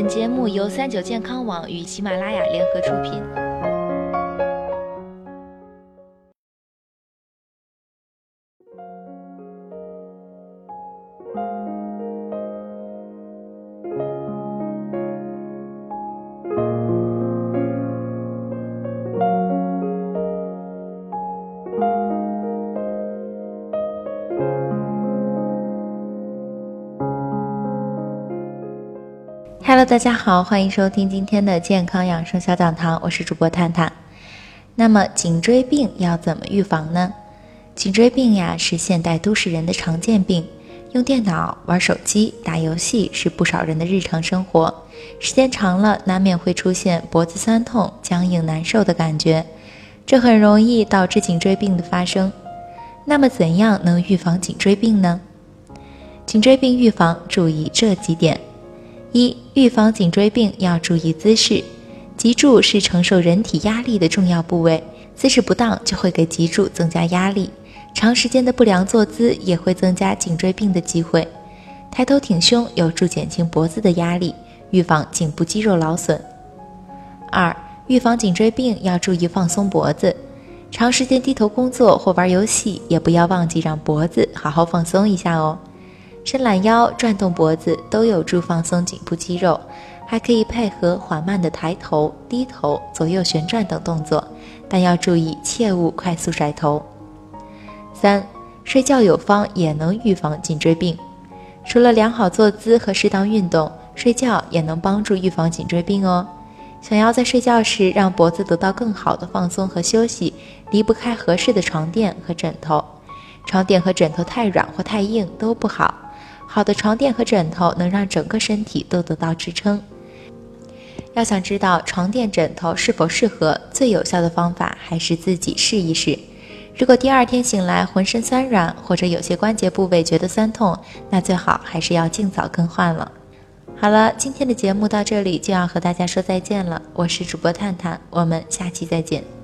本节目由39健康网与喜马拉雅联合出品。Hello， 大家好，欢迎收听今天的健康养生小讲堂，我是主播探探。那么颈椎病要怎么预防呢？颈椎病呀是现代都市人的常见病，用电脑、玩手机、打游戏是不少人的日常生活，时间长了难免会出现脖子酸痛、僵硬难受的感觉，这很容易导致颈椎病的发生。那么怎样能预防颈椎病呢？颈椎病预防注意这几点。一、预防颈椎病要注意姿势。脊柱是承受人体压力的重要部位，姿势不当就会给脊柱增加压力，长时间的不良坐姿也会增加颈椎病的机会。抬头挺胸有助减轻脖子的压力，预防颈部肌肉劳损。二、预防颈椎病要注意放松脖子。长时间低头工作或玩游戏，也不要忘记让脖子好好放松一下哦。伸懒腰、转动脖子都有助放松颈部肌肉，还可以配合缓慢的抬头、低头、左右旋转等动作，但要注意切勿快速甩头。三、睡觉有方也能预防颈椎病。除了良好坐姿和适当运动，睡觉也能帮助预防颈椎病哦。想要在睡觉时让脖子得到更好的放松和休息，离不开合适的床垫和枕头。床垫和枕头太软或太硬都不好。好的床垫和枕头能让整个身体都得到支撑。要想知道床垫枕头是否适合，最有效的方法还是自己试一试。如果第二天醒来浑身酸软，或者有些关节部位觉得酸痛，那最好还是要尽早更换了。好了，今天的节目到这里就要和大家说再见了，我是主播探探，我们下期再见。